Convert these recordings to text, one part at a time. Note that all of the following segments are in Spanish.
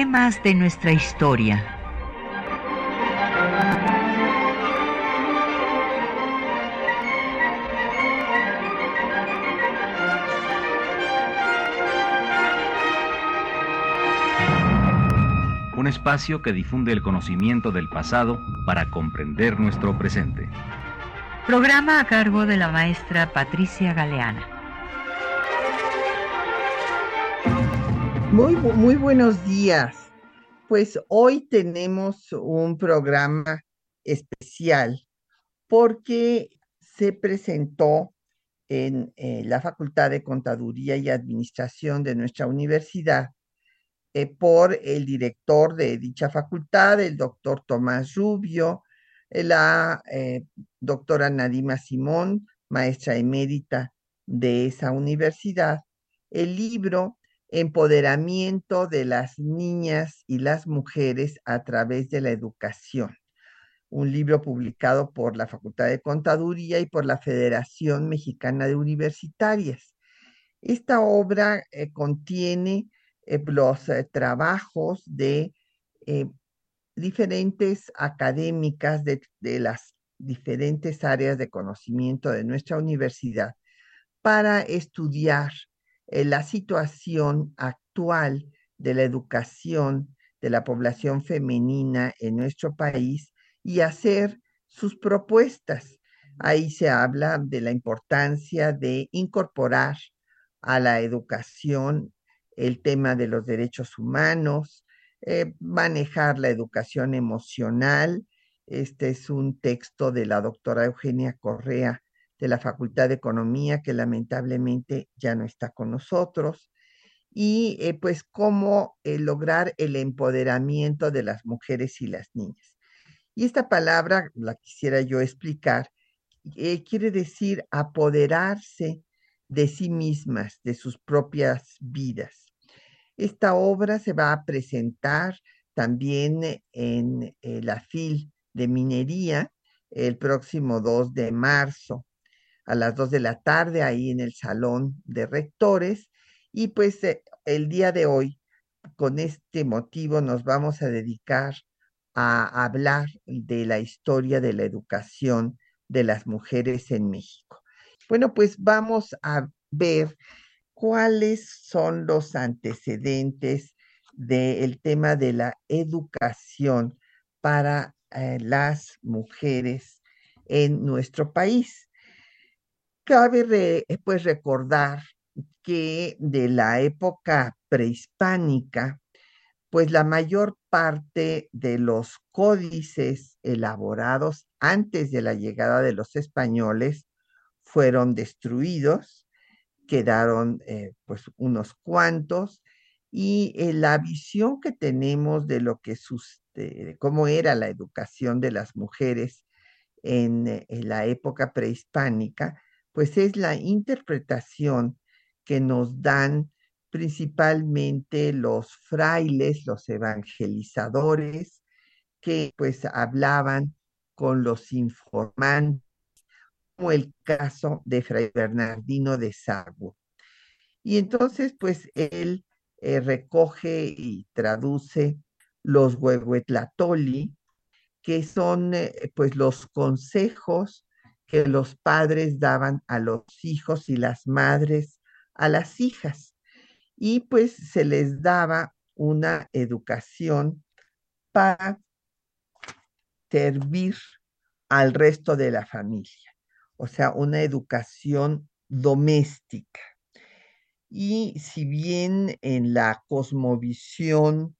temas de nuestra historia. Un espacio que difunde el conocimiento del pasado para comprender nuestro presente. Programa a cargo de la maestra Patricia Galeana. Muy buenos días. Pues hoy tenemos un programa especial porque se presentó en la Facultad de Contaduría y Administración de nuestra universidad por el director de dicha facultad, el doctor Tomás Rubio, la doctora Nadima Simón, maestra emérita de esa universidad, el libro Empoderamiento de las niñas y las mujeres a través de la educación, un libro publicado por la Facultad de Contaduría y por la Federación Mexicana de Universitarias. Esta obra contiene los trabajos de eh, diferentes académicas de las diferentes áreas de conocimiento de nuestra universidad para estudiar la situación actual de la educación de la población femenina en nuestro país y hacer sus propuestas. Ahí se habla de la importancia de incorporar a la educación el tema de los derechos humanos, manejar la educación emocional. Este es un texto de la doctora Eugenia Correa de la Facultad de Economía, que lamentablemente ya no está con nosotros, y pues cómo lograr el empoderamiento de las mujeres y las niñas. Y esta palabra la quisiera yo explicar, quiere decir apoderarse de sí mismas, de sus propias vidas. Esta obra se va a presentar también en la FIL de Minería el próximo 2 de marzo a las 2 de la tarde ahí en el Salón de Rectores. Y pues el día de hoy, con este motivo, nos vamos a dedicar a hablar de la historia de la educación de las mujeres en México. Bueno, pues vamos a ver cuáles son los antecedentes del tema de la educación para las mujeres en nuestro país. Cabe pues recordar que de la época prehispánica, pues la mayor parte de los códices elaborados antes de la llegada de los españoles fueron destruidos, quedaron pues unos cuantos, y la visión que tenemos de lo que de cómo era la educación de las mujeres en la época prehispánica, pues es la interpretación que nos dan principalmente los frailes, los evangelizadores, que pues hablaban con los informantes, como el caso de Fray Bernardino de Sahagún. Y entonces, pues él recoge y traduce los huehuetlatoli, que son pues los consejos que los padres daban a los hijos y las madres a las hijas. Y pues se les daba una educación para servir al resto de la familia, o sea, una educación doméstica. Y si bien en la cosmovisión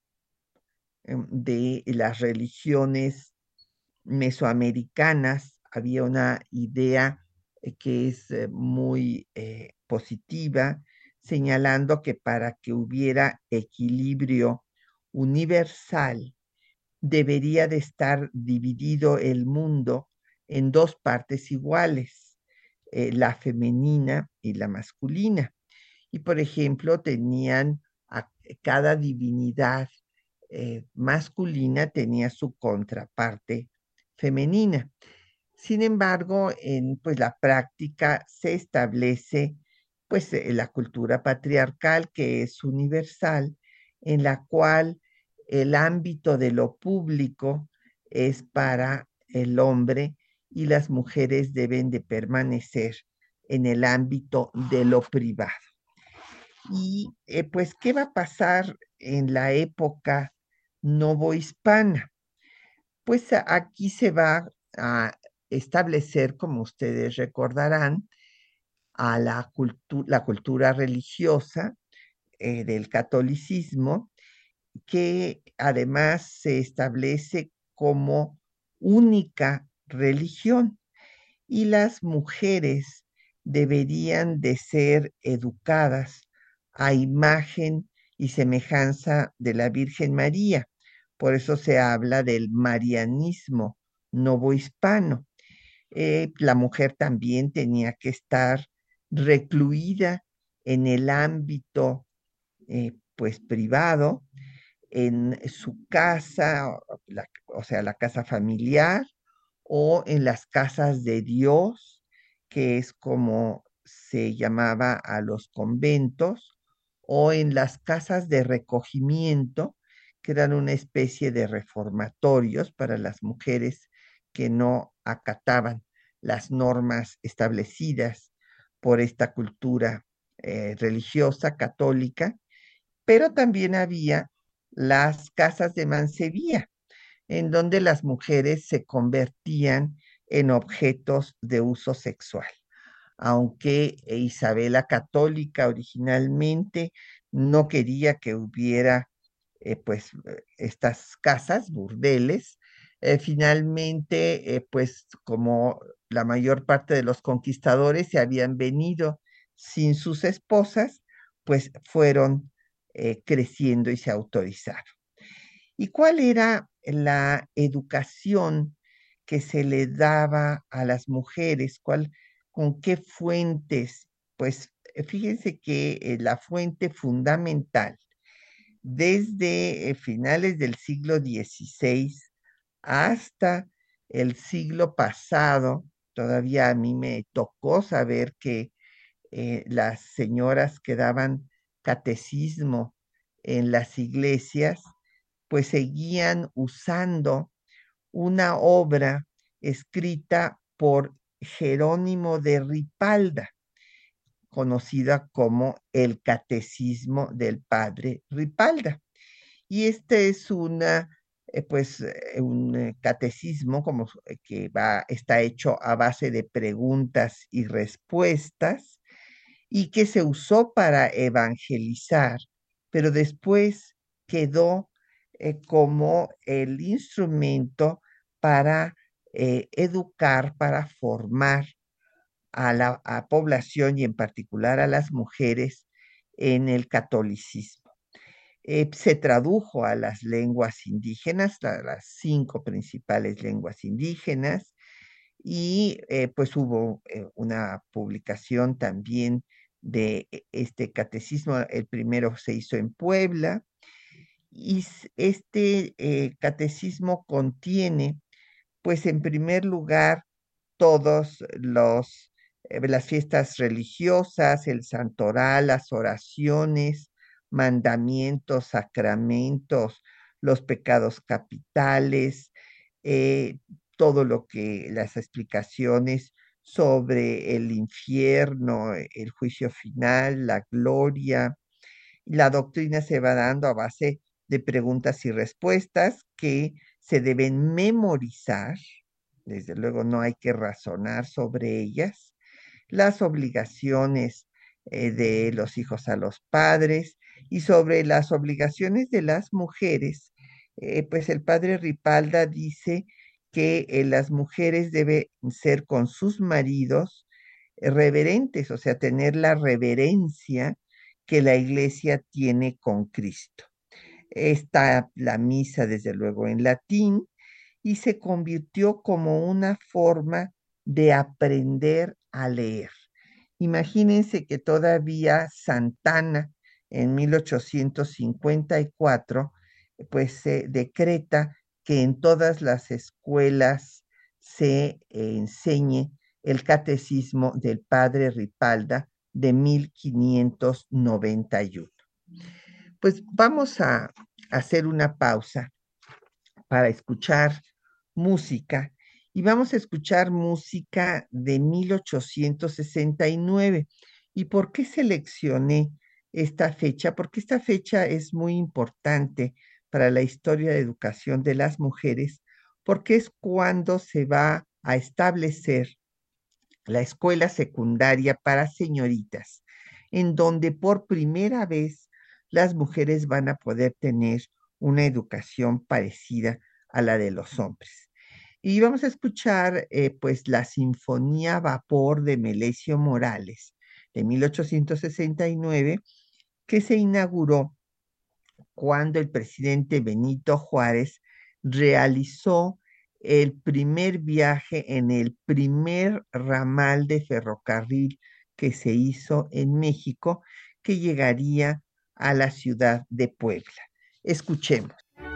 de las religiones mesoamericanas había una idea que es muy positiva, señalando que para que hubiera equilibrio universal, debería de estar dividido el mundo en dos partes iguales, la femenina y la masculina. Y por ejemplo, tenían a cada divinidad masculina tenía su contraparte femenina. Sin embargo, en pues la práctica se establece pues la cultura patriarcal, que es universal, en la cual el ámbito de lo público es para el hombre y las mujeres deben de permanecer en el ámbito de lo privado. Y pues, ¿qué va a pasar en la época novohispana? Pues aquí se va a establecer, como ustedes recordarán, a la cultura religiosa del catolicismo, que además se establece como única religión y las mujeres deberían de ser educadas a imagen y semejanza de la Virgen María. Por eso se habla del marianismo novohispano. La mujer también tenía que estar recluida en el ámbito pues privado, en su casa, o sea, la casa familiar, o en las casas de Dios, que es como se llamaba a los conventos, o en las casas de recogimiento, que eran una especie de reformatorios para las mujeres que no acataban las normas establecidas por esta cultura religiosa católica, pero también había las casas de mancebía, en donde las mujeres se convertían en objetos de uso sexual. Aunque Isabel Católica originalmente no quería que hubiera estas casas, burdeles, finalmente, pues como la mayor parte de los conquistadores se habían venido sin sus esposas, pues fueron creciendo y se autorizaron. ¿Y cuál era la educación que se le daba a las mujeres? ¿Con qué fuentes? Pues fíjense que la fuente fundamental desde finales del siglo XVI hasta el siglo pasado, todavía a mí me tocó saber que las señoras que daban catecismo en las iglesias, pues seguían usando una obra escrita por Jerónimo de Ripalda, conocida como el Catecismo del Padre Ripalda. Y este es un catecismo está hecho a base de preguntas y respuestas y que se usó para evangelizar, pero después quedó como el instrumento para educar, para formar a la población y en particular a las mujeres en el catolicismo. Se tradujo a las lenguas indígenas, las 5 principales lenguas indígenas, y pues hubo una publicación también de este catecismo. El primero se hizo en Puebla y este catecismo contiene, pues en primer lugar, todos las fiestas religiosas, el santoral, las oraciones, mandamientos, sacramentos, los pecados capitales, eh, todo lo que las explicaciones sobre el infierno, el juicio final, la gloria. La doctrina se va dando a base de preguntas y respuestas que se deben memorizar. Desde luego no hay que razonar sobre ellas. Las obligaciones de los hijos a los padres y sobre las obligaciones de las mujeres, pues el padre Ripalda dice que las mujeres deben ser con sus maridos reverentes, o sea, tener la reverencia que la iglesia tiene con Cristo. Está la misa, desde luego, en latín y se convirtió como una forma de aprender a leer. Imagínense que todavía Santana en 1854 pues se decreta que en todas las escuelas se enseñe el catecismo del padre Ripalda de 1591. Pues vamos a hacer una pausa para escuchar música y vamos a escuchar música de 1869. ¿Y por qué seleccioné esta fecha? Porque esta fecha es muy importante para la historia de educación de las mujeres, porque es cuando se va a establecer la escuela secundaria para señoritas, en donde por primera vez las mujeres van a poder tener una educación parecida a la de los hombres. Y vamos a escuchar pues la Sinfonía a Vapor de Melesio Morales de 1869, que se inauguró cuando el presidente Benito Juárez realizó el primer viaje en el primer ramal de ferrocarril que se hizo en México, que llegaría a la ciudad de Puebla. Escuchemos.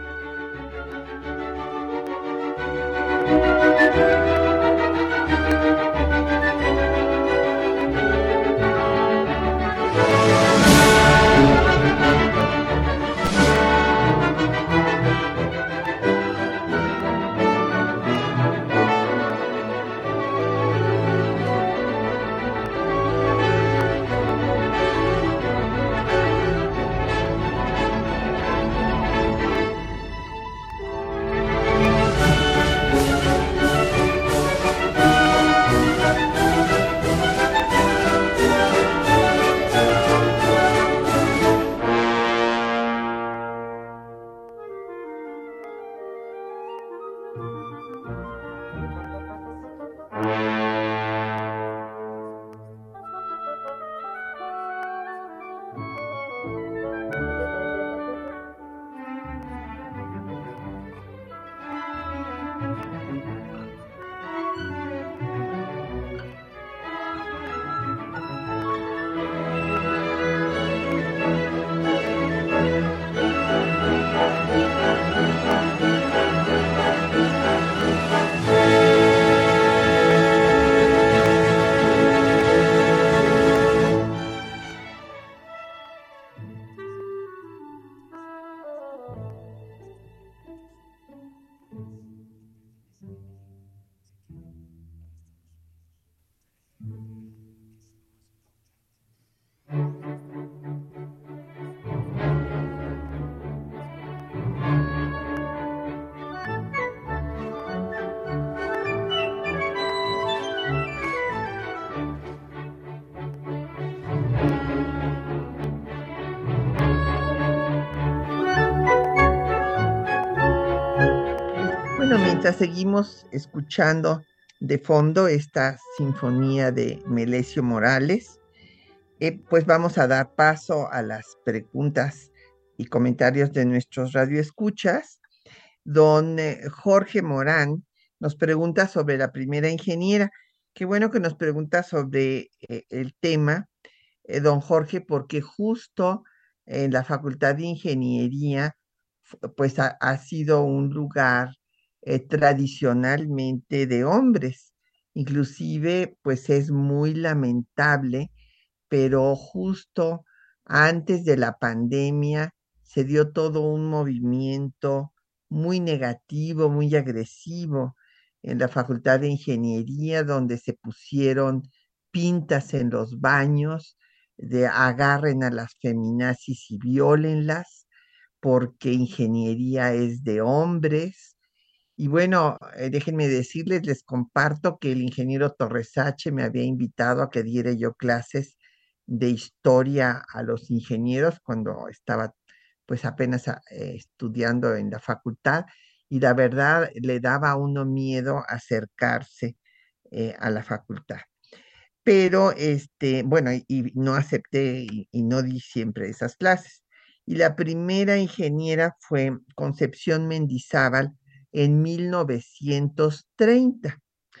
Bueno, mientras seguimos escuchando de fondo esta sinfonía de Melesio Morales, pues vamos a dar paso a las preguntas y comentarios de nuestros radioescuchas. Don Jorge Morán nos pregunta sobre la primera ingeniera. Qué bueno que nos pregunta sobre el tema, don Jorge, porque justo en la Facultad de Ingeniería, pues ha sido un lugar tradicionalmente de hombres. Inclusive, pues es muy lamentable, pero justo antes de la pandemia se dio todo un movimiento muy negativo, muy agresivo en la Facultad de Ingeniería, donde se pusieron pintas en los baños de agarren a las feminazis y viólenlas, porque ingeniería es de hombres. Y bueno, déjenme decirles, les comparto que el ingeniero Torres H. me había invitado a que diera yo clases de historia a los ingenieros cuando estaba pues apenas estudiando en la facultad, y la verdad le daba a uno miedo acercarse a la facultad. Pero bueno, y no acepté y no di siempre esas clases. Y la primera ingeniera fue Concepción Mendizábal en 1930.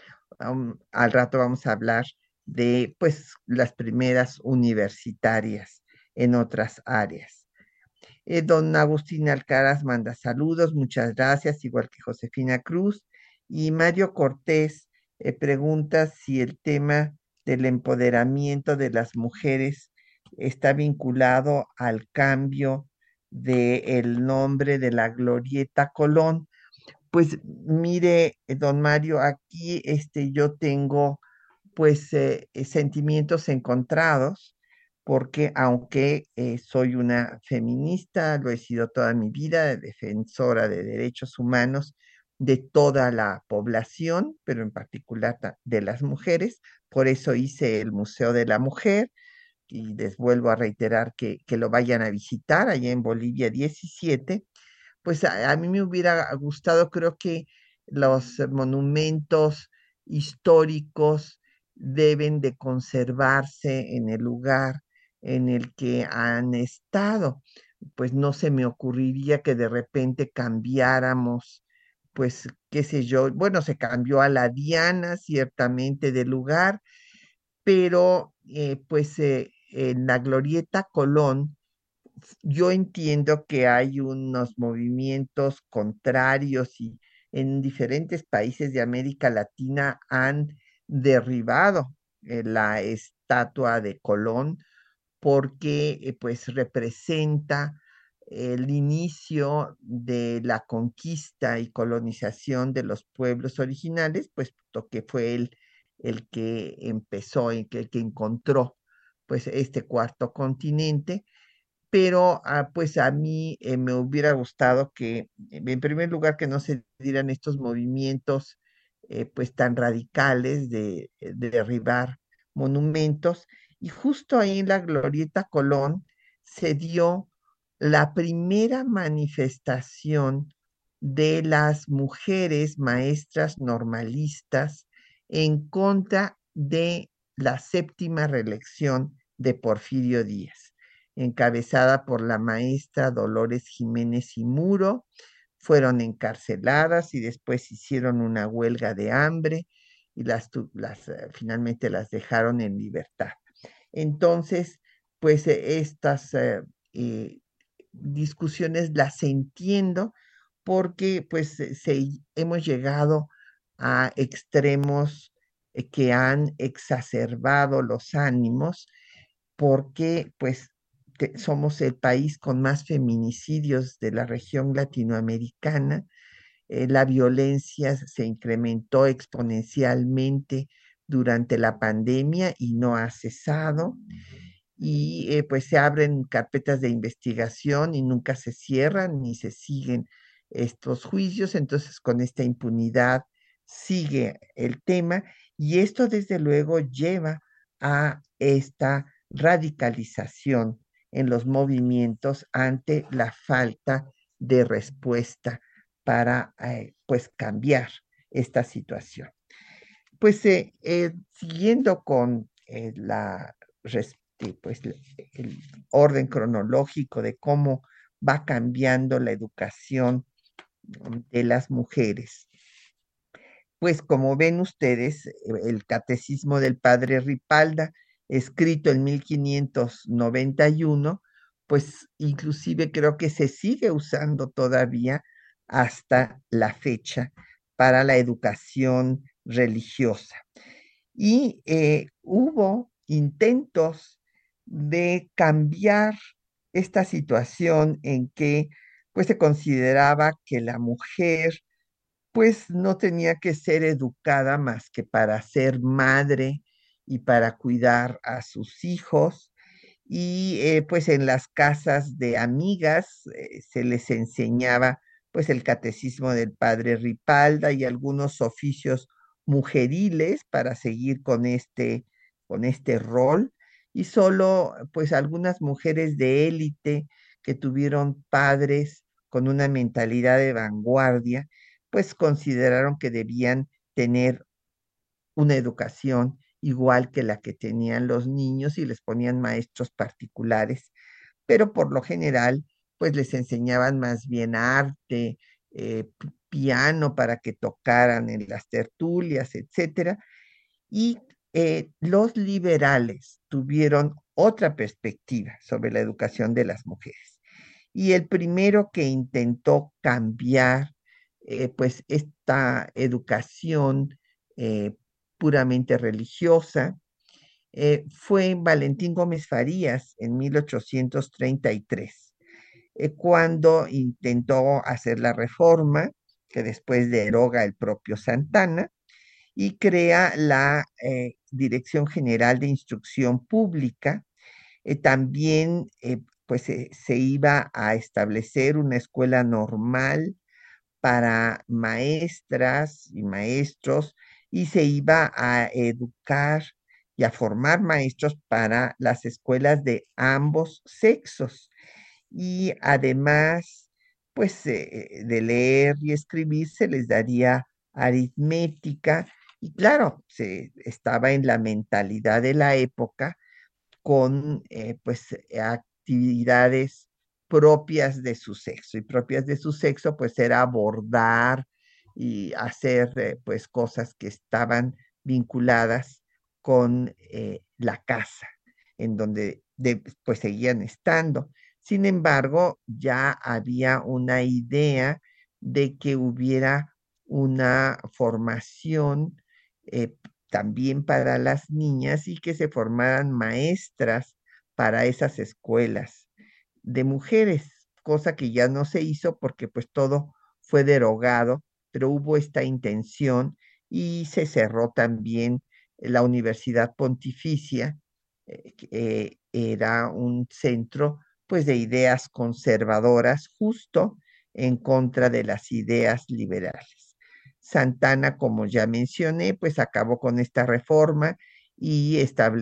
Al rato vamos a hablar de pues las primeras universitarias en otras áreas. Don Agustín Alcaraz manda saludos, muchas gracias, igual que Josefina Cruz. Y Mario Cortés pregunta si el tema del empoderamiento de las mujeres está vinculado al cambio del nombre de la Glorieta Colón. Pues mire, don Mario, aquí yo tengo pues sentimientos encontrados, porque aunque soy una feminista, lo he sido toda mi vida, defensora de derechos humanos de toda la población, pero en particular de las mujeres, por eso hice el Museo de la Mujer y les vuelvo a reiterar que lo vayan a visitar allá en Bolivia 17. Pues a mí me hubiera gustado, creo que los monumentos históricos deben de conservarse en el lugar en el que han estado. Pues no se me ocurriría que de repente cambiáramos, pues qué sé yo, bueno, se cambió a la Diana ciertamente de lugar, pero pues en la Glorieta Colón yo entiendo que hay unos movimientos contrarios y en diferentes países de América Latina han derribado la estatua de Colón porque pues representa el inicio de la conquista y colonización de los pueblos originales, puesto que fue él el que empezó, el que encontró pues este cuarto continente, pero pues a mí me hubiera gustado que, en primer lugar, que no se dieran estos movimientos pues tan radicales de derribar monumentos. Y justo ahí en la Glorieta Colón se dio la primera manifestación de las mujeres maestras normalistas en contra de la séptima reelección de Porfirio Díaz, encabezada por la maestra Dolores Jiménez y Muro. Fueron encarceladas y después hicieron una huelga de hambre y finalmente las dejaron en libertad. Entonces, pues estas discusiones las entiendo porque pues hemos llegado a extremos que han exacerbado los ánimos, porque pues somos el país con más feminicidios de la región latinoamericana. La violencia se incrementó exponencialmente durante la pandemia y no ha cesado. Y pues se abren carpetas de investigación y nunca se cierran ni se siguen estos juicios. Entonces, con esta impunidad sigue el tema y esto desde luego lleva a esta radicalización en los movimientos ante la falta de respuesta para pues cambiar esta situación. Pues siguiendo con pues, el orden cronológico de cómo va cambiando la educación de las mujeres. Pues como ven ustedes, el Catecismo del Padre Ripalda, escrito en 1591, pues inclusive creo que se sigue usando todavía hasta la fecha para la educación religiosa. Y hubo intentos de cambiar esta situación en que pues se consideraba que la mujer pues no tenía que ser educada más que para ser madre y para cuidar a sus hijos. Y pues en las casas de amigas se les enseñaba pues el catecismo del padre Ripalda y algunos oficios mujeriles para seguir con este rol. Y solo pues algunas mujeres de élite que tuvieron padres con una mentalidad de vanguardia pues consideraron que debían tener una educación igual que la que tenían los niños y les ponían maestros particulares, pero por lo general, pues les enseñaban más bien arte, piano para que tocaran en las tertulias, etcétera. Y los liberales tuvieron otra perspectiva sobre la educación de las mujeres. Y el primero que intentó cambiar pues esta educación eh, puramente religiosa fue Valentín Gómez Farías en 1833. cuando intentó hacer la reforma que después deroga el propio Santana y crea la Dirección General de Instrucción Pública. También pues se iba a establecer una escuela normal para maestras y maestros y se iba a educar y a formar maestros para las escuelas de ambos sexos. Y además, pues de leer y escribir se les daría aritmética. Y claro, se estaba en la mentalidad de la época con pues actividades propias de su sexo. Y propias de su sexo pues era abordar y hacer pues cosas que estaban vinculadas con la casa, en donde pues seguían estando. Sin embargo, ya había una idea de que hubiera una formación eh, también para las niñas y que se formaran maestras para esas escuelas de mujeres, cosa que ya no se hizo porque pues todo fue derogado, pero hubo esta intención y se cerró también la Universidad Pontificia, que era un centro pues de ideas conservadoras justo en contra de las ideas liberales. Santana, como ya mencioné, pues acabó con esta reforma y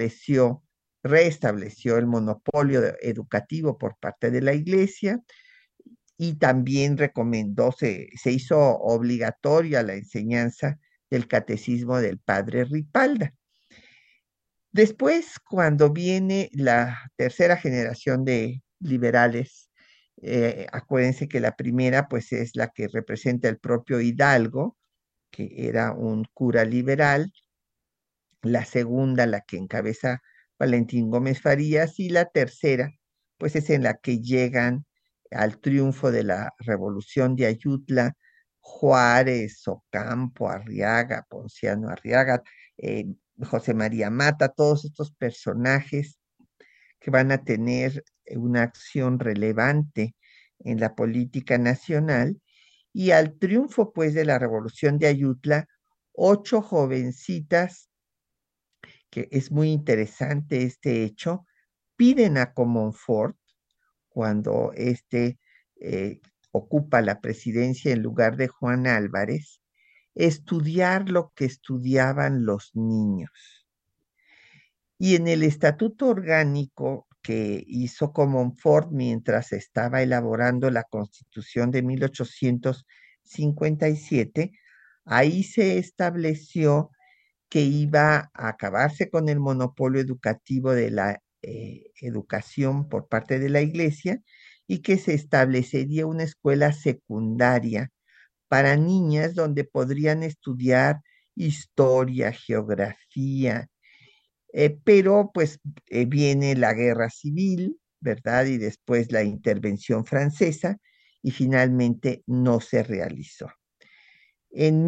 reestableció el monopolio educativo por parte de la Iglesia y también se hizo obligatoria la enseñanza del catecismo del padre Ripalda. Después, cuando viene la tercera generación de liberales, acuérdense que la primera pues es la que representa el propio Hidalgo, que era un cura liberal, la segunda, la que encabeza Valentín Gómez Farías, y la tercera, pues es en la que llegan al triunfo de la Revolución de Ayutla, Juárez, Ocampo, Arriaga, Ponciano Arriaga, eh, José María Mata, todos estos personajes que van a tener una acción relevante en la política nacional, y al triunfo pues de la Revolución de Ayutla, 8 jovencitas, que es muy interesante este hecho, piden a Comonfort, cuando eh, ocupa la presidencia en lugar de Juan Álvarez, estudiar lo que estudiaban los niños. Y en el estatuto orgánico que hizo Comonfort mientras estaba elaborando la Constitución de 1857, ahí se estableció que iba a acabarse con el monopolio educativo de la educación por parte de la Iglesia y que se establecería una escuela secundaria para niñas donde podrían estudiar historia, geografía, pero pues viene la guerra civil, ¿verdad? Y después la intervención francesa y finalmente no se realizó. En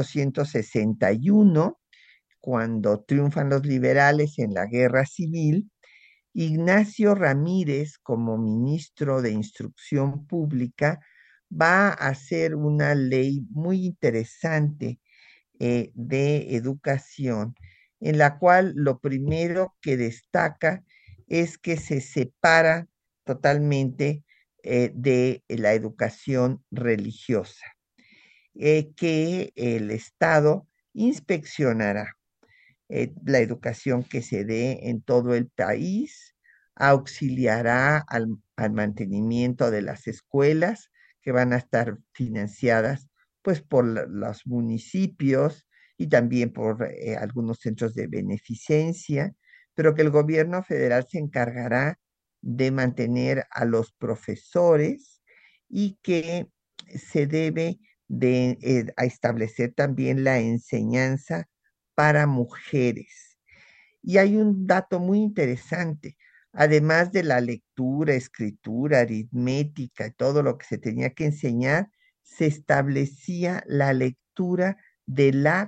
1861, cuando triunfan los liberales en la guerra civil, Ignacio Ramírez, como ministro de Instrucción Pública, va a hacer una ley muy interesante de educación, en la cual lo primero que destaca es que se separa totalmente de la educación religiosa, que el Estado inspeccionará la educación que se dé en todo el país, auxiliará al mantenimiento de las escuelas que van a estar financiadas pues por los municipios y también por algunos centros de beneficencia, pero que el gobierno federal se encargará de mantener a los profesores y que se debe de a establecer también la enseñanza para mujeres. Y hay un dato muy interesante. Además de la lectura, escritura, aritmética y todo lo que se tenía que enseñar, se establecía la lectura de la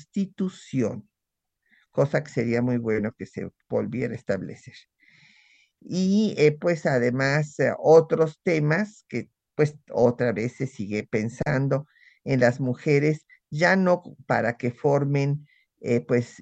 Constitución, cosa que sería muy bueno que se volviera a establecer. y pues además otros temas que pues otra vez se sigue pensando en las mujeres, ya no para que formen pues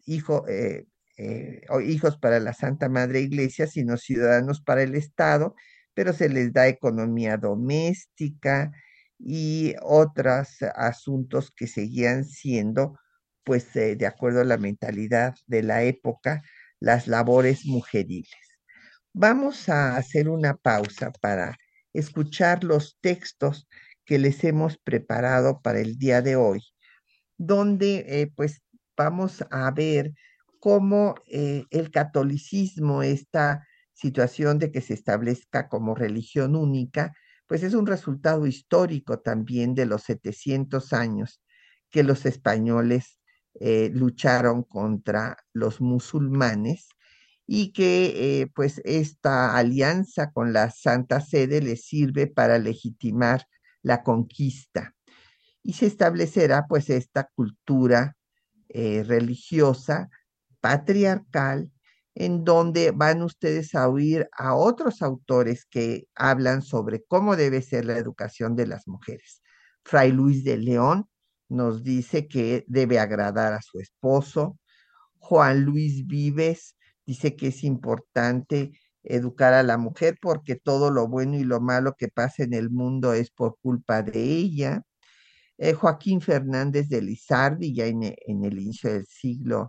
hijos para la Santa Madre Iglesia, sino ciudadanos para el Estado, pero se les da economía doméstica y otros asuntos que seguían siendo, pues de acuerdo a la mentalidad de la época, las labores mujeriles. Vamos a hacer una pausa para escuchar los textos que les hemos preparado para el día de hoy, donde pues vamos a ver cómo el catolicismo, esta situación de que se establezca como religión única, pues es un resultado histórico también de los 700 años que los españoles lucharon contra los musulmanes y que pues esta alianza con la Santa Sede les sirve para legitimar la conquista y se establecerá pues esta cultura religiosa patriarcal en donde van ustedes a oír a otros autores que hablan sobre cómo debe ser la educación de las mujeres. Fray Luis de León nos dice que debe agradar a su esposo. Juan Luis Vives dice que es importante educar a la mujer porque todo lo bueno y lo malo que pasa en el mundo es por culpa de ella. Joaquín Fernández de Lizardi, ya en el inicio del siglo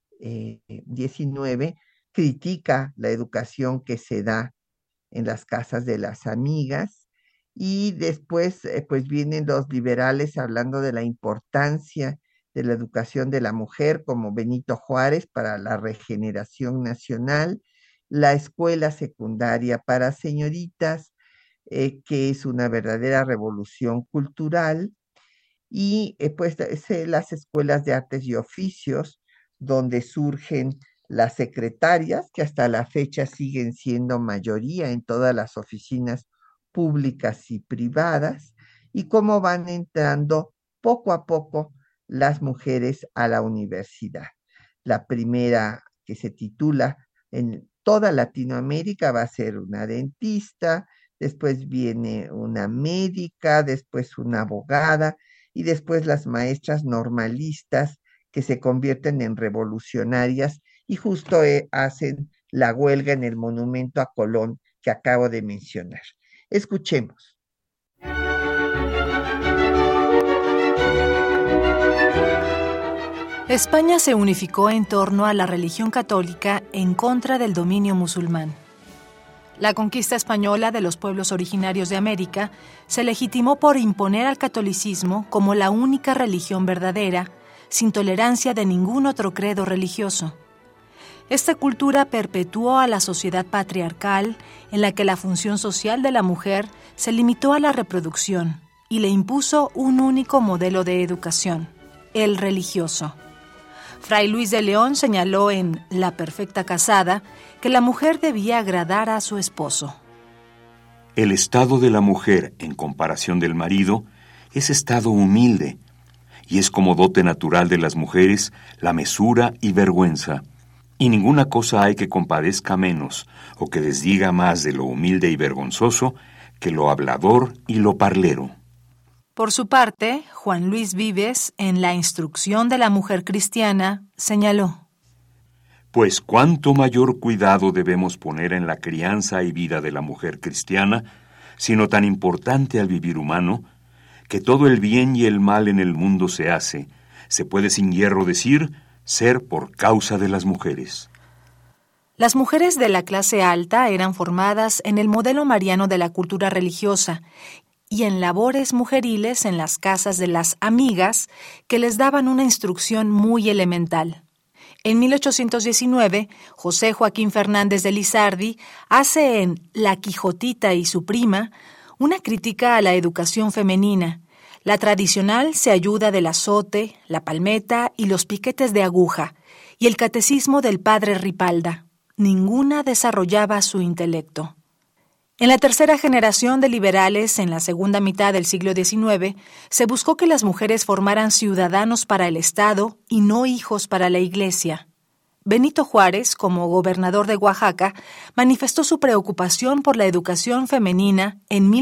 XIX, critica la educación que se da en las casas de las amigas y después pues vienen los liberales hablando de la importancia de la educación de la mujer como Benito Juárez para la regeneración nacional, la escuela secundaria para señoritas, que es una verdadera revolución cultural, y pues las escuelas de artes y oficios, donde surgen las secretarias, que hasta la fecha siguen siendo mayoría en todas las oficinas públicas y privadas, y cómo van entrando poco a poco las mujeres a la universidad. La primera que se titula en toda Latinoamérica va a ser una dentista, después viene una médica, después una abogada, y después las maestras normalistas que se convierten en revolucionarias y justo hacen la huelga en el monumento a Colón que acabo de mencionar. Escuchemos. España se unificó en torno a la religión católica en contra del dominio musulmán. La conquista española de los pueblos originarios de América se legitimó por imponer al catolicismo como la única religión verdadera, sin tolerancia de ningún otro credo religioso. Esta cultura perpetuó a la sociedad patriarcal en la que la función social de la mujer se limitó a la reproducción y le impuso un único modelo de educación, el religioso. Fray Luis de León señaló en La perfecta casada que la mujer debía agradar a su esposo. El estado de la mujer, en comparación del marido, es estado humilde, y es como dote natural de las mujeres la mesura y vergüenza, y ninguna cosa hay que compadezca menos o que desdiga más de lo humilde y vergonzoso que lo hablador y lo parlero. Por su parte, Juan Luis Vives, en La instrucción de la mujer cristiana, señaló: Pues cuánto mayor cuidado debemos poner en la crianza y vida de la mujer cristiana, sino tan importante al vivir humano, que todo el bien y el mal en el mundo se puede sin hierro decir, ser por causa de las mujeres. Las mujeres de la clase alta eran formadas en el modelo mariano de la cultura religiosa y en labores mujeriles en las casas de las amigas que les daban una instrucción muy elemental. En 1819, José Joaquín Fernández de Lizardi hace en La Quijotita y su prima una crítica a la educación femenina. La tradicional se ayuda del azote, la palmeta y los piquetes de aguja, y el catecismo del padre Ripalda. Ninguna desarrollaba su intelecto. En la tercera generación de liberales, en la segunda mitad del siglo XIX, se buscó que las mujeres formaran ciudadanos para el Estado y no hijos para la Iglesia. Benito Juárez, como gobernador de Oaxaca, manifestó su preocupación por la educación femenina en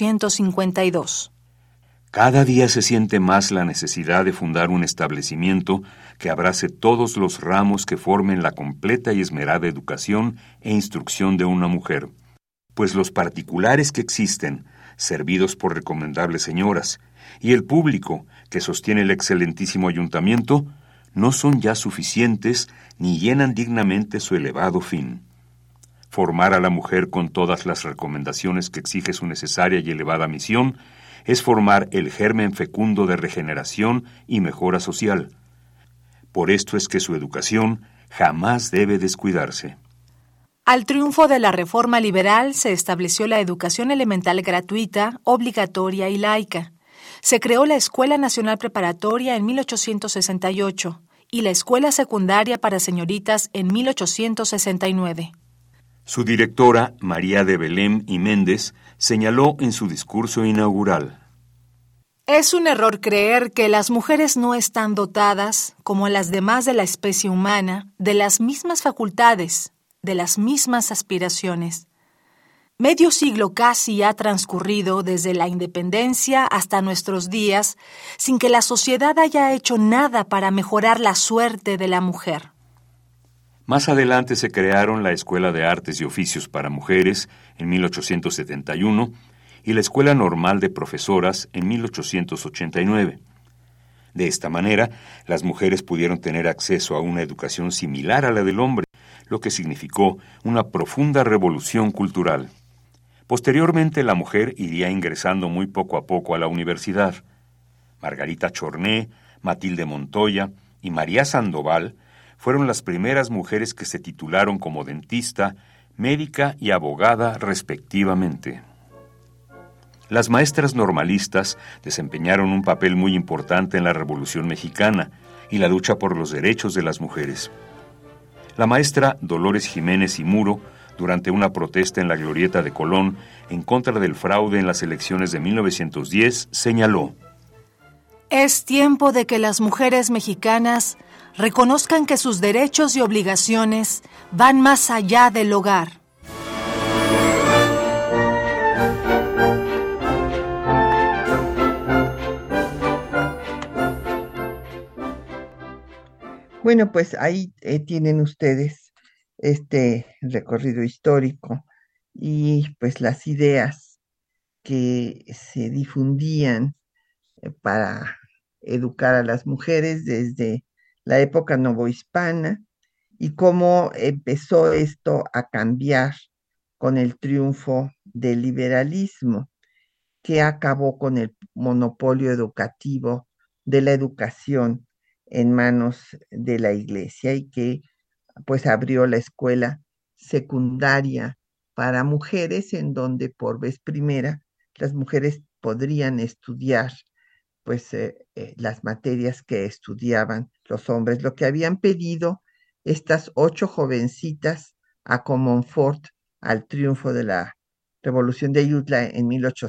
1852. Cada día se siente más la necesidad de fundar un establecimiento que abrace todos los ramos que formen la completa y esmerada educación e instrucción de una mujer, pues los particulares que existen, servidos por recomendables señoras, y el público que sostiene el excelentísimo ayuntamiento, no son ya suficientes ni llenan dignamente su elevado fin. Formar a la mujer con todas las recomendaciones que exige su necesaria y elevada misión es formar el germen fecundo de regeneración y mejora social. Por esto es que su educación jamás debe descuidarse. Al triunfo de la reforma liberal se estableció la educación elemental gratuita, obligatoria y laica. Se creó la Escuela Nacional Preparatoria en 1868 y la Escuela Secundaria para Señoritas en 1869. Su directora, María de Belém y Méndez, señaló en su discurso inaugural: Es un error creer que las mujeres no están dotadas, como las demás de la especie humana, de las mismas facultades, de las mismas aspiraciones. Medio siglo casi ha transcurrido desde la independencia hasta nuestros días sin que la sociedad haya hecho nada para mejorar la suerte de la mujer. Más adelante se crearon la Escuela de Artes y Oficios para Mujeres en 1871 y la Escuela Normal de Profesoras en 1889. De esta manera, las mujeres pudieron tener acceso a una educación similar a la del hombre, lo que significó una profunda revolución cultural. Posteriormente, la mujer iría ingresando muy poco a poco a la universidad. Margarita Chorné, Matilde Montoya y María Sandoval fueron las primeras mujeres que se titularon como dentista, médica y abogada respectivamente. Las maestras normalistas desempeñaron un papel muy importante en la Revolución Mexicana y la lucha por los derechos de las mujeres. La maestra Dolores Jiménez y Muro, durante una protesta en la Glorieta de Colón en contra del fraude en las elecciones de 1910, señaló: Es tiempo de que las mujeres mexicanas reconozcan que sus derechos y obligaciones van más allá del hogar. Bueno, pues ahí tienen ustedes este recorrido histórico y pues las ideas que se difundían para educar a las mujeres desde la época novohispana y cómo empezó esto a cambiar con el triunfo del liberalismo, que acabó con el monopolio educativo de la educación en manos de la Iglesia y que pues abrió la escuela secundaria para mujeres en donde por vez primera las mujeres podrían estudiar pues las materias que estudiaban los hombres, lo que habían pedido estas 8 jovencitas a Comonfort al triunfo de la Revolución de Ayutla en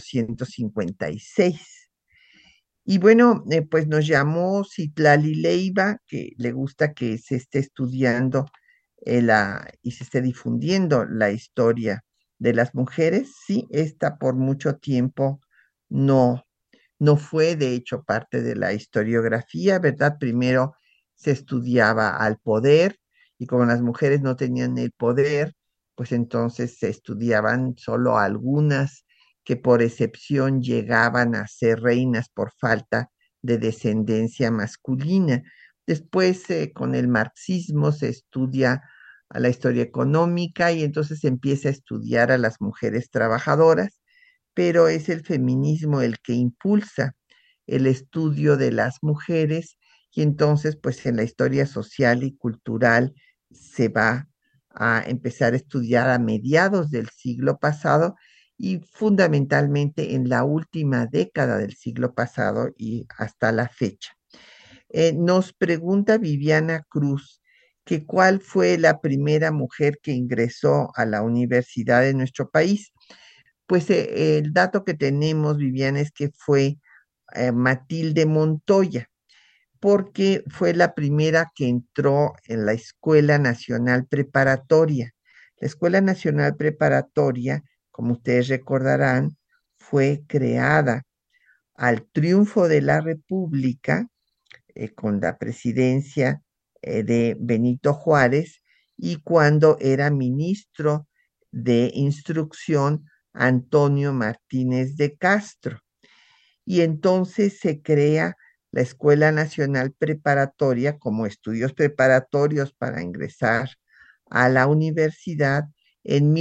1856. Y bueno, pues nos llamó Citlali Leiva, que le gusta que se esté estudiando y se esté difundiendo la historia de las mujeres. Sí, esta por mucho tiempo no, no fue, de hecho, parte de la historiografía, ¿verdad? Primero se estudiaba al poder y como las mujeres no tenían el poder, pues entonces se estudiaban solo algunas que por excepción llegaban a ser reinas por falta de descendencia masculina. Después, con el marxismo se estudia a la historia económica y entonces se empieza a estudiar a las mujeres trabajadoras, pero es el feminismo el que impulsa el estudio de las mujeres y entonces pues en la historia social y cultural se va a empezar a estudiar a mediados del siglo pasado y fundamentalmente en la última década del siglo pasado y hasta la fecha. Nos pregunta Viviana Cruz que cuál fue la primera mujer que ingresó a la universidad de nuestro país. Pues el dato que tenemos, Viviana, es que fue Matilde Montoya, porque fue la primera que entró en la Escuela Nacional Preparatoria. La Escuela Nacional Preparatoria, como ustedes recordarán, fue creada al triunfo de la República con la presidencia de Benito Juárez y cuando era ministro de Instrucción Antonio Martínez de Castro. Y entonces se crea la Escuela Nacional Preparatoria como estudios preparatorios para ingresar a la universidad en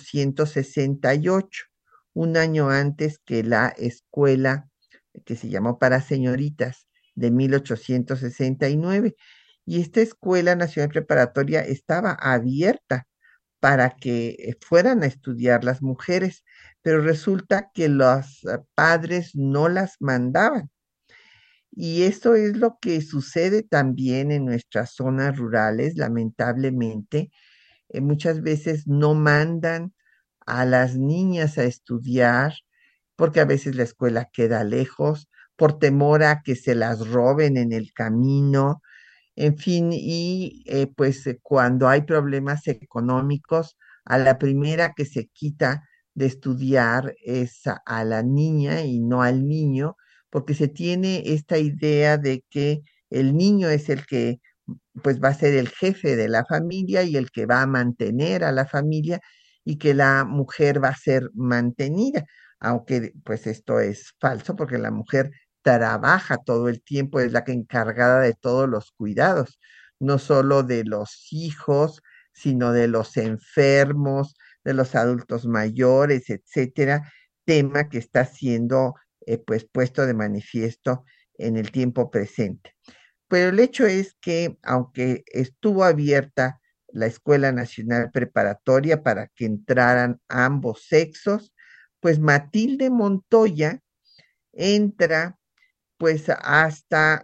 1868, un año antes que la escuela que se llamó para señoritas de 1869. Y esta Escuela Nacional Preparatoria estaba abierta para que fueran a estudiar las mujeres, pero resulta que los padres no las mandaban. Y esto es lo que sucede también en nuestras zonas rurales, lamentablemente. Muchas veces no mandan a las niñas a estudiar porque a veces la escuela queda lejos, por temor a que se las roben en el camino, en fin, y pues cuando hay problemas económicos, a la primera que se quita de estudiar es a la niña y no al niño, porque se tiene esta idea de que el niño es el que pues va a ser el jefe de la familia y el que va a mantener a la familia y que la mujer va a ser mantenida, aunque pues esto es falso porque la mujer trabaja todo el tiempo, es la que encargada de todos los cuidados, no solo de los hijos, sino de los enfermos, de los adultos mayores, etcétera, tema que está siendo pues puesto de manifiesto en el tiempo presente. Pero el hecho es que, aunque estuvo abierta la Escuela Nacional Preparatoria para que entraran ambos sexos, pues Matilde Montoya entra pues hasta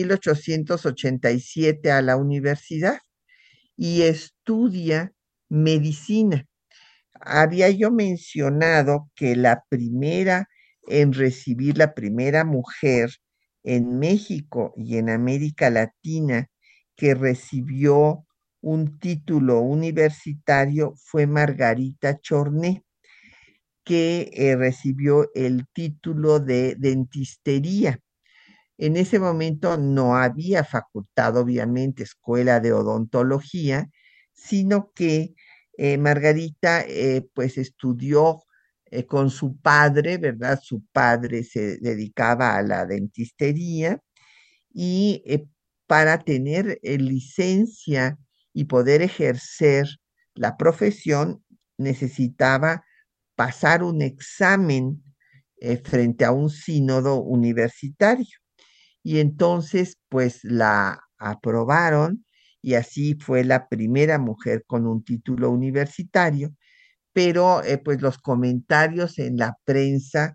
1887 a la universidad y estudia medicina. Había yo mencionado que la primera en recibir, la primera mujer en México y en América Latina que recibió un título universitario fue Margarita Chorné, que recibió el título de dentistería. En ese momento no había facultad, obviamente, escuela de odontología, sino que Margarita pues estudió con su padre, ¿verdad? Su padre se dedicaba a la dentistería y para tener licencia y poder ejercer la profesión necesitaba pasar un examen frente a un sínodo universitario y entonces pues la aprobaron y así fue la primera mujer con un título universitario, pero pues los comentarios en la prensa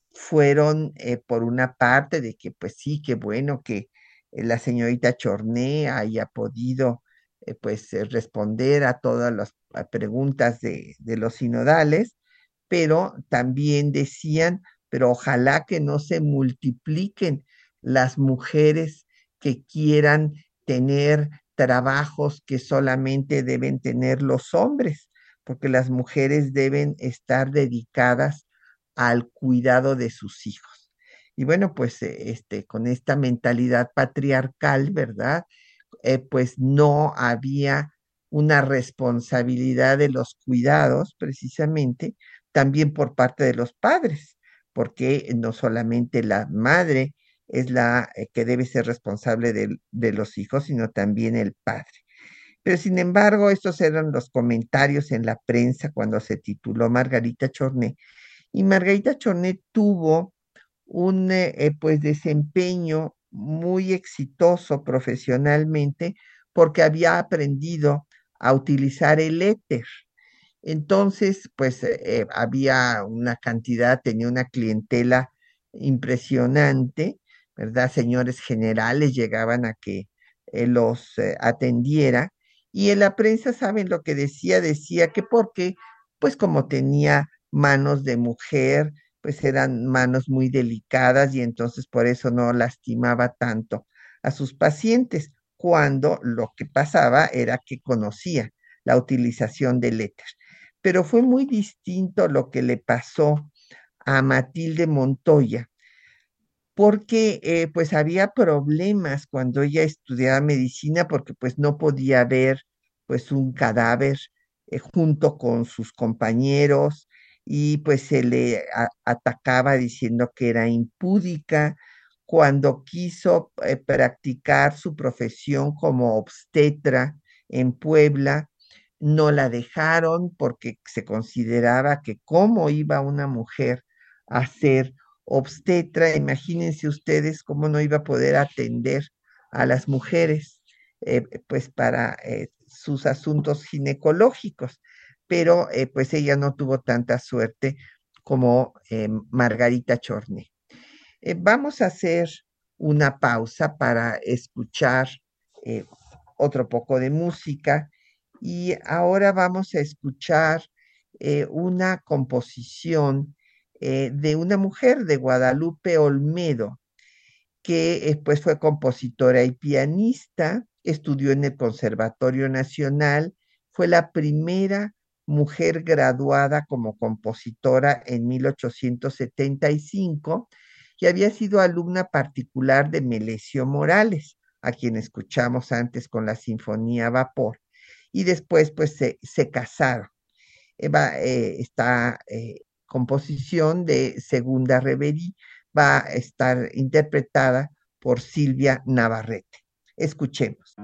fueron por una parte de que pues sí, qué bueno que la señorita Chorné haya podido pues responder a todas las preguntas de los sinodales, pero también decían, pero ojalá que no se multipliquen las mujeres que quieran tener trabajos que solamente deben tener los hombres, porque las mujeres deben estar dedicadas al cuidado de sus hijos. Y bueno, pues con esta mentalidad patriarcal, ¿verdad? Pues no había una responsabilidad de los cuidados, precisamente, también por parte de los padres, porque no solamente la madre es la que debe ser responsable de los hijos, sino también el padre. Pero sin embargo, estos eran los comentarios en la prensa cuando se tituló Margarita Chorné. Y Margarita Chorné tuvo un pues desempeño muy exitoso profesionalmente porque había aprendido a utilizar el éter. Entonces, pues había una cantidad, tenía una clientela impresionante, ¿verdad? Señores generales llegaban a que los atendiera y en la prensa, ¿saben lo que decía? Decía que porque, pues como tenía manos de mujer, pues eran manos muy delicadas y entonces por eso no lastimaba tanto a sus pacientes, cuando lo que pasaba era que conocía la utilización del éter. Pero fue muy distinto lo que le pasó a Matilde Montoya, porque pues había problemas cuando ella estudiaba medicina, porque pues no podía ver pues un cadáver junto con sus compañeros, y pues se le atacaba diciendo que era impúdica. Cuando quiso practicar su profesión como obstetra en Puebla, no la dejaron porque se consideraba que cómo iba una mujer a ser obstetra. Imagínense ustedes cómo no iba a poder atender a las mujeres, pues para sus asuntos ginecológicos. Pero pues ella no tuvo tanta suerte como Margarita Chorné. Vamos a hacer una pausa para escuchar eh, otro poco de música, y ahora vamos a escuchar una composición de una mujer, de Guadalupe Olmedo, que pues fue compositora y pianista, estudió en el Conservatorio Nacional, fue la primera mujer graduada como compositora en 1875, y había sido alumna particular de Melesio Morales, a quien escuchamos antes con la Sinfonía Vapor, y después pues se casaron. Esta composición de Segunda Reverie va a estar interpretada por Silvia Navarrete. Escuchemos.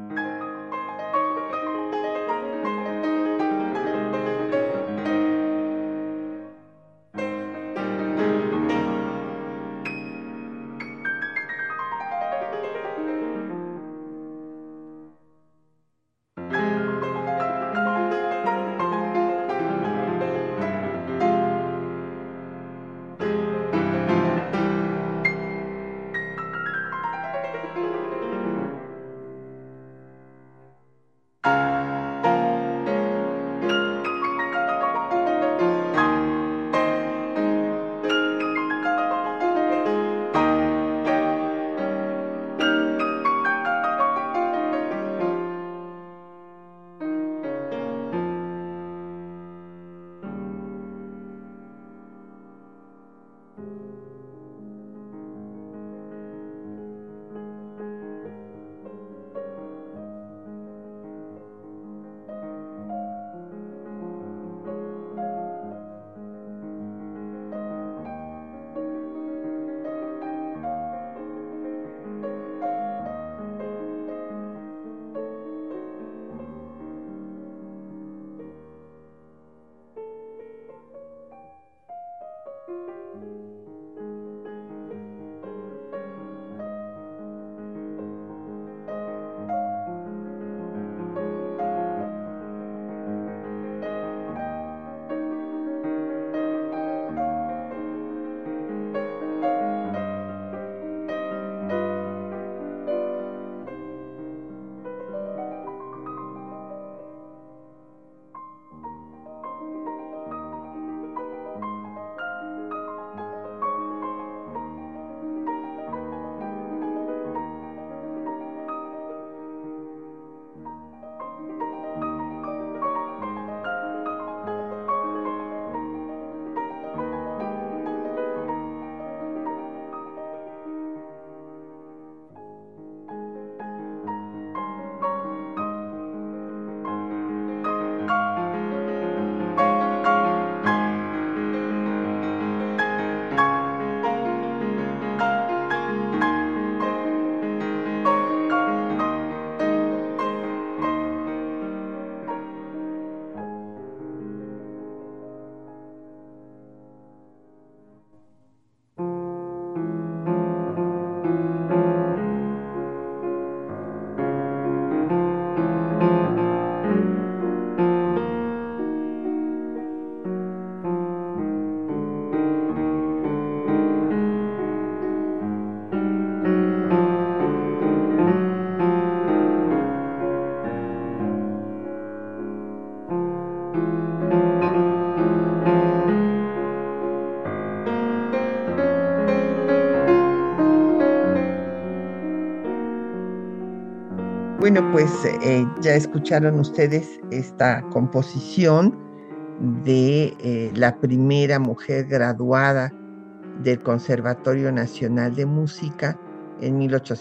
Bueno, pues ya escucharon ustedes esta composición de la primera mujer graduada del Conservatorio Nacional de Música en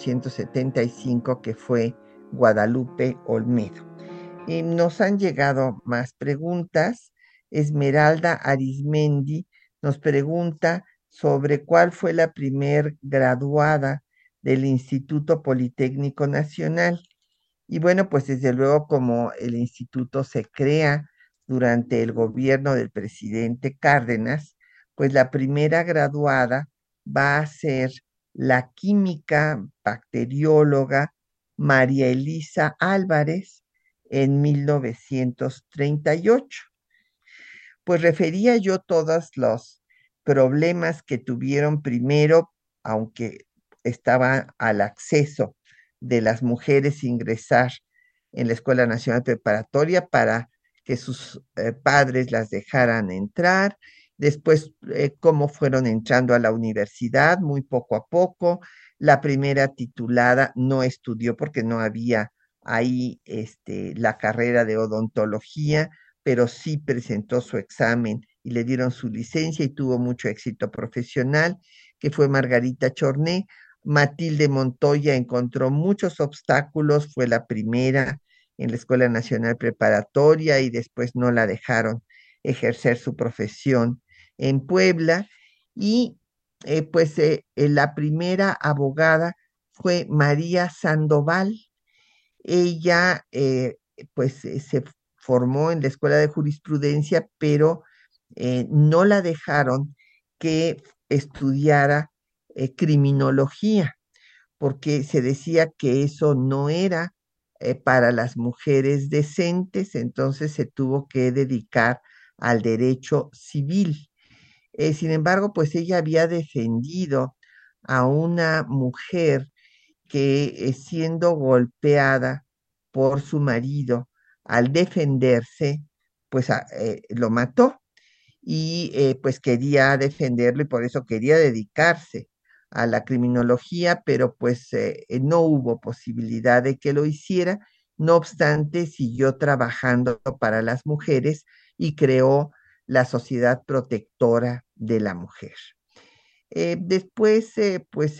1875, que fue Guadalupe Olmedo. Nos han llegado más preguntas. Esmeralda Arismendi nos pregunta sobre cuál fue la primer graduada del Instituto Politécnico Nacional. Y bueno, pues desde luego como el instituto se crea durante el gobierno del presidente Cárdenas, pues la primera graduada va a ser la química bacterióloga María Elisa Álvarez en 1938. Pues refería yo todos los problemas que tuvieron primero, aunque estaba al acceso de las mujeres ingresar en la Escuela Nacional Preparatoria para que sus padres las dejaran entrar. Después, cómo fueron entrando a la universidad muy poco a poco. La primera titulada no estudió porque no había ahí la carrera de odontología, pero sí presentó su examen y le dieron su licencia y tuvo mucho éxito profesional, que fue Margarita Chorné. Matilde Montoya encontró muchos obstáculos, fue la primera en la Escuela Nacional Preparatoria y después no la dejaron ejercer su profesión en Puebla. Y la primera abogada fue María Sandoval. Ella se formó en la Escuela de Jurisprudencia, pero no la dejaron que estudiara criminología, porque se decía que eso no era para las mujeres decentes, entonces se tuvo que dedicar al derecho civil. Sin embargo, pues ella había defendido a una mujer que siendo golpeada por su marido, al defenderse, pues lo mató y pues quería defenderlo y por eso quería dedicarse a la criminología, pero pues no hubo posibilidad de que lo hiciera. No obstante, siguió trabajando para las mujeres y creó la Sociedad Protectora de la Mujer. Después,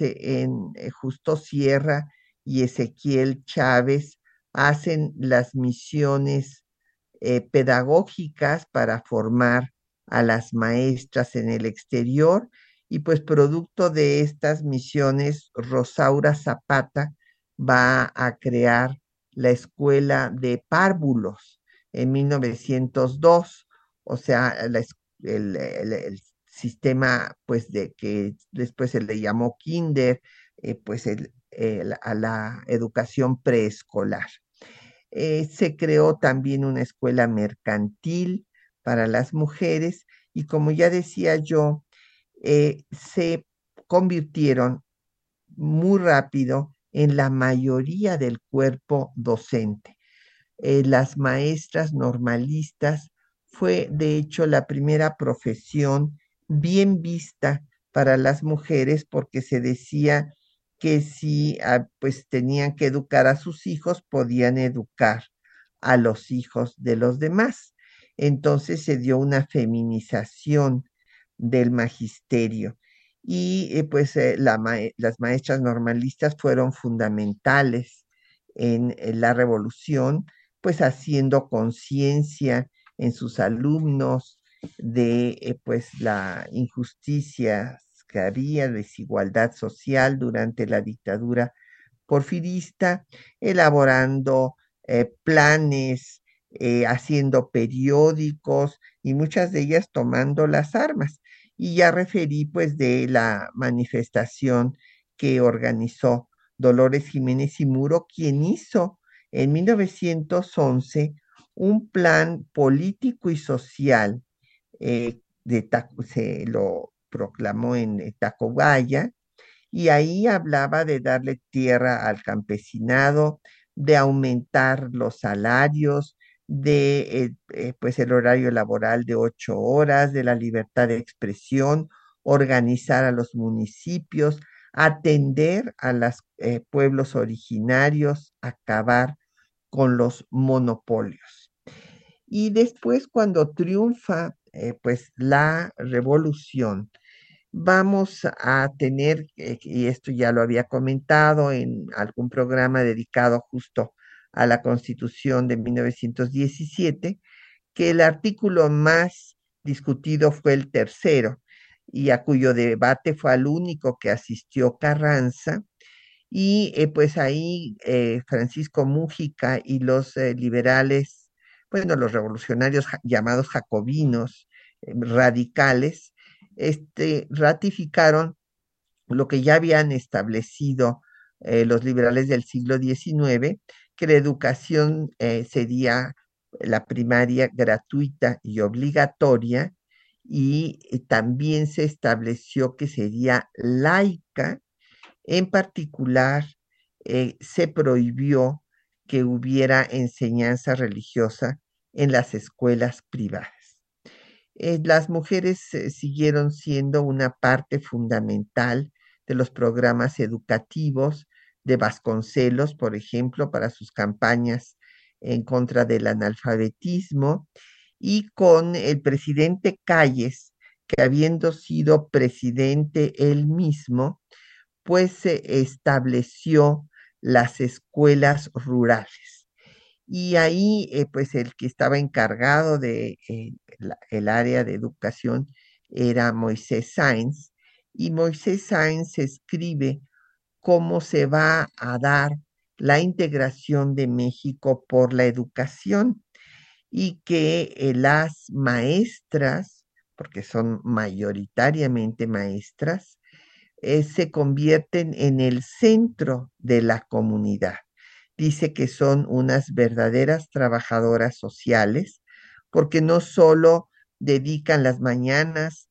Justo Sierra y Ezequiel Chávez hacen las misiones pedagógicas para formar a las maestras en el exterior y pues producto de estas misiones, Rosaura Zapata va a crear la Escuela de Párvulos en 1902, o sea, el sistema pues de que después se le llamó kinder, a la educación preescolar. Se creó también una escuela mercantil para las mujeres y como ya decía yo, se convirtieron muy rápido en la mayoría del cuerpo docente. Las maestras normalistas fue de hecho la primera profesión bien vista para las mujeres porque se decía que si pues tenían que educar a sus hijos, podían educar a los hijos de los demás. Entonces se dio una feminización del magisterio y las maestras normalistas fueron fundamentales en la revolución, pues haciendo conciencia en sus alumnos de la injusticia que había, desigualdad social durante la dictadura porfirista, elaborando planes, haciendo periódicos y muchas de ellas tomando las armas. Y ya referí pues de la manifestación que organizó Dolores Jiménez y Muro, quien hizo en 1911 un plan político y social, se lo proclamó en Tacubaya, y ahí hablaba de darle tierra al campesinado, de aumentar los salarios, de el horario laboral de 8 horas, de la libertad de expresión, organizar a los municipios, atender a los pueblos originarios, acabar con los monopolios. Y después, cuando triunfa pues la revolución, vamos a tener, y esto ya lo había comentado en algún programa dedicado justo a la Constitución de 1917, que el artículo más discutido fue el tercero, y a cuyo debate fue al único que asistió Carranza, y pues ahí Francisco Múgica y los liberales, bueno, los revolucionarios llamados jacobinos, radicales, ratificaron lo que ya habían establecido los liberales del siglo XIX, que la educación sería la primaria gratuita y obligatoria, y también se estableció que sería laica. En particular, se prohibió que hubiera enseñanza religiosa en las escuelas privadas. Las mujeres siguieron siendo una parte fundamental de los programas educativos de Vasconcelos, por ejemplo, para sus campañas en contra del analfabetismo, y con el presidente Calles, que habiendo sido presidente él mismo, pues se estableció las escuelas rurales. Y ahí, pues el que estaba encargado de el área de educación era Moisés Sáenz, y Moisés Sáenz escribe cómo se va a dar la integración de México por la educación, y que las maestras, porque son mayoritariamente maestras, se convierten en el centro de la comunidad. Dice que son unas verdaderas trabajadoras sociales, porque no solo dedican las mañanas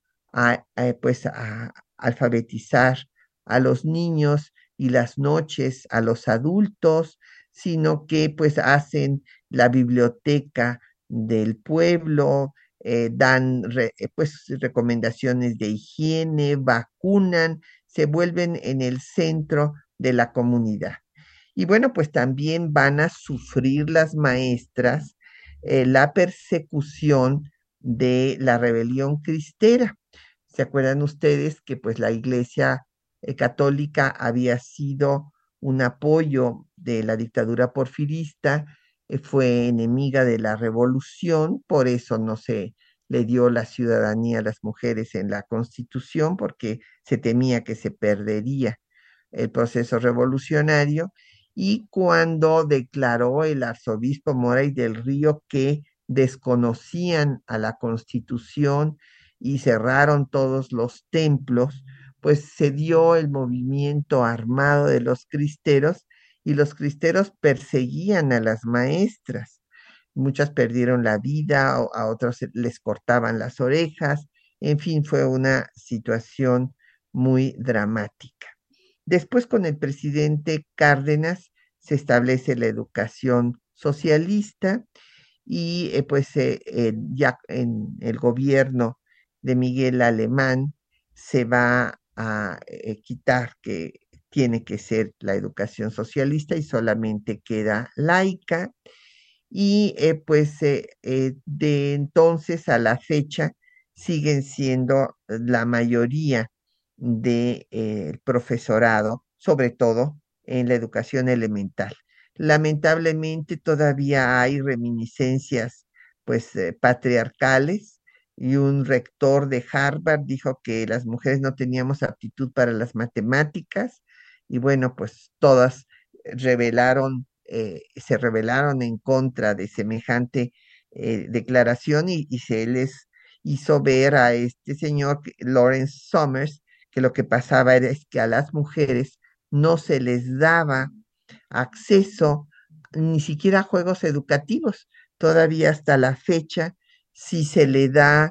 pues a alfabetizar a los niños y las noches a los adultos, sino que pues hacen la biblioteca del pueblo, dan pues recomendaciones de higiene, vacunan, se vuelven en el centro de la comunidad. Y bueno, pues también van a sufrir las maestras la persecución de la rebelión cristera. ¿Se acuerdan ustedes que pues la Iglesia católica había sido un apoyo de la dictadura porfirista, fue enemiga de la revolución, por eso no se le dio la ciudadanía a las mujeres en la Constitución, porque se temía que se perdería el proceso revolucionario? Y cuando declaró el arzobispo Moray del Río que desconocían a la Constitución y cerraron todos los templos, pues se dio el movimiento armado de los cristeros, y los cristeros perseguían a las maestras. Muchas perdieron la vida, a otros les cortaban las orejas, en fin, fue una situación muy dramática. Después, con el presidente Cárdenas, se establece la educación socialista, y pues ya en el gobierno de Miguel Alemán se va a quitar que tiene que ser la educación socialista y solamente queda laica. Y pues de entonces a la fecha siguen siendo la mayoría del profesorado, sobre todo en la educación elemental. Lamentablemente todavía hay reminiscencias pues patriarcales, y un rector de Harvard dijo que las mujeres no teníamos aptitud para las matemáticas, y bueno, pues todas se rebelaron en contra de semejante declaración, y se les hizo ver a este señor, Lawrence Summers, que lo que pasaba era es que a las mujeres no se les daba acceso ni siquiera a juegos educativos. Todavía hasta la fecha, si se le da,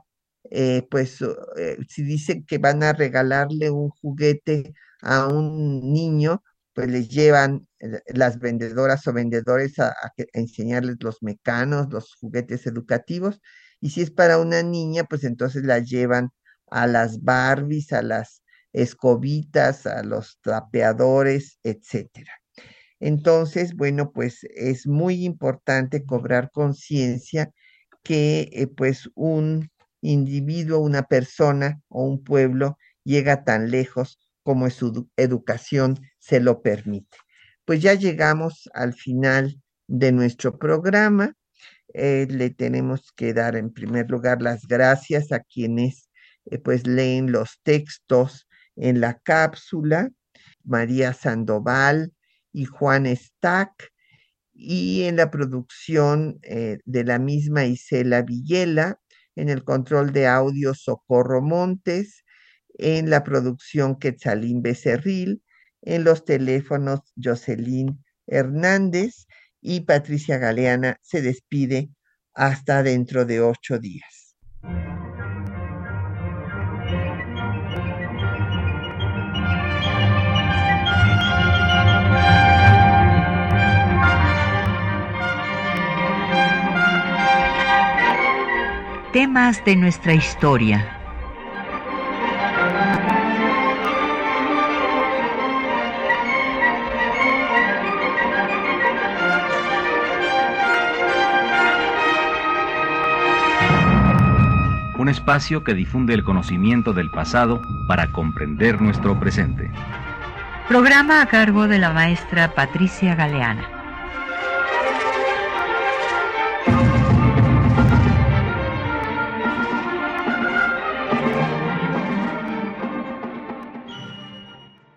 si dicen que van a regalarle un juguete a un niño, pues les llevan las vendedoras o vendedores a enseñarles los mecanos, los juguetes educativos, y si es para una niña, pues entonces la llevan a las Barbies, a las escobitas, a los trapeadores, etcétera. Entonces, bueno, pues es muy importante cobrar conciencia que pues un individuo, una persona o un pueblo llega tan lejos como su educación se lo permite. Pues ya llegamos al final de nuestro programa. Le tenemos que dar en primer lugar las gracias a quienes pues leen los textos en la cápsula, María Sandoval y Juan Stack, y en la producción de la misma Isela Villela, en el control de audio Socorro Montes, en la producción Quetzalín Becerril, en los teléfonos Jocelyn Hernández, y Patricia Galeana se despide hasta dentro de 8 días. Temas de nuestra historia. Un espacio que difunde el conocimiento del pasado para comprender nuestro presente. Programa a cargo de la maestra Patricia Galeana.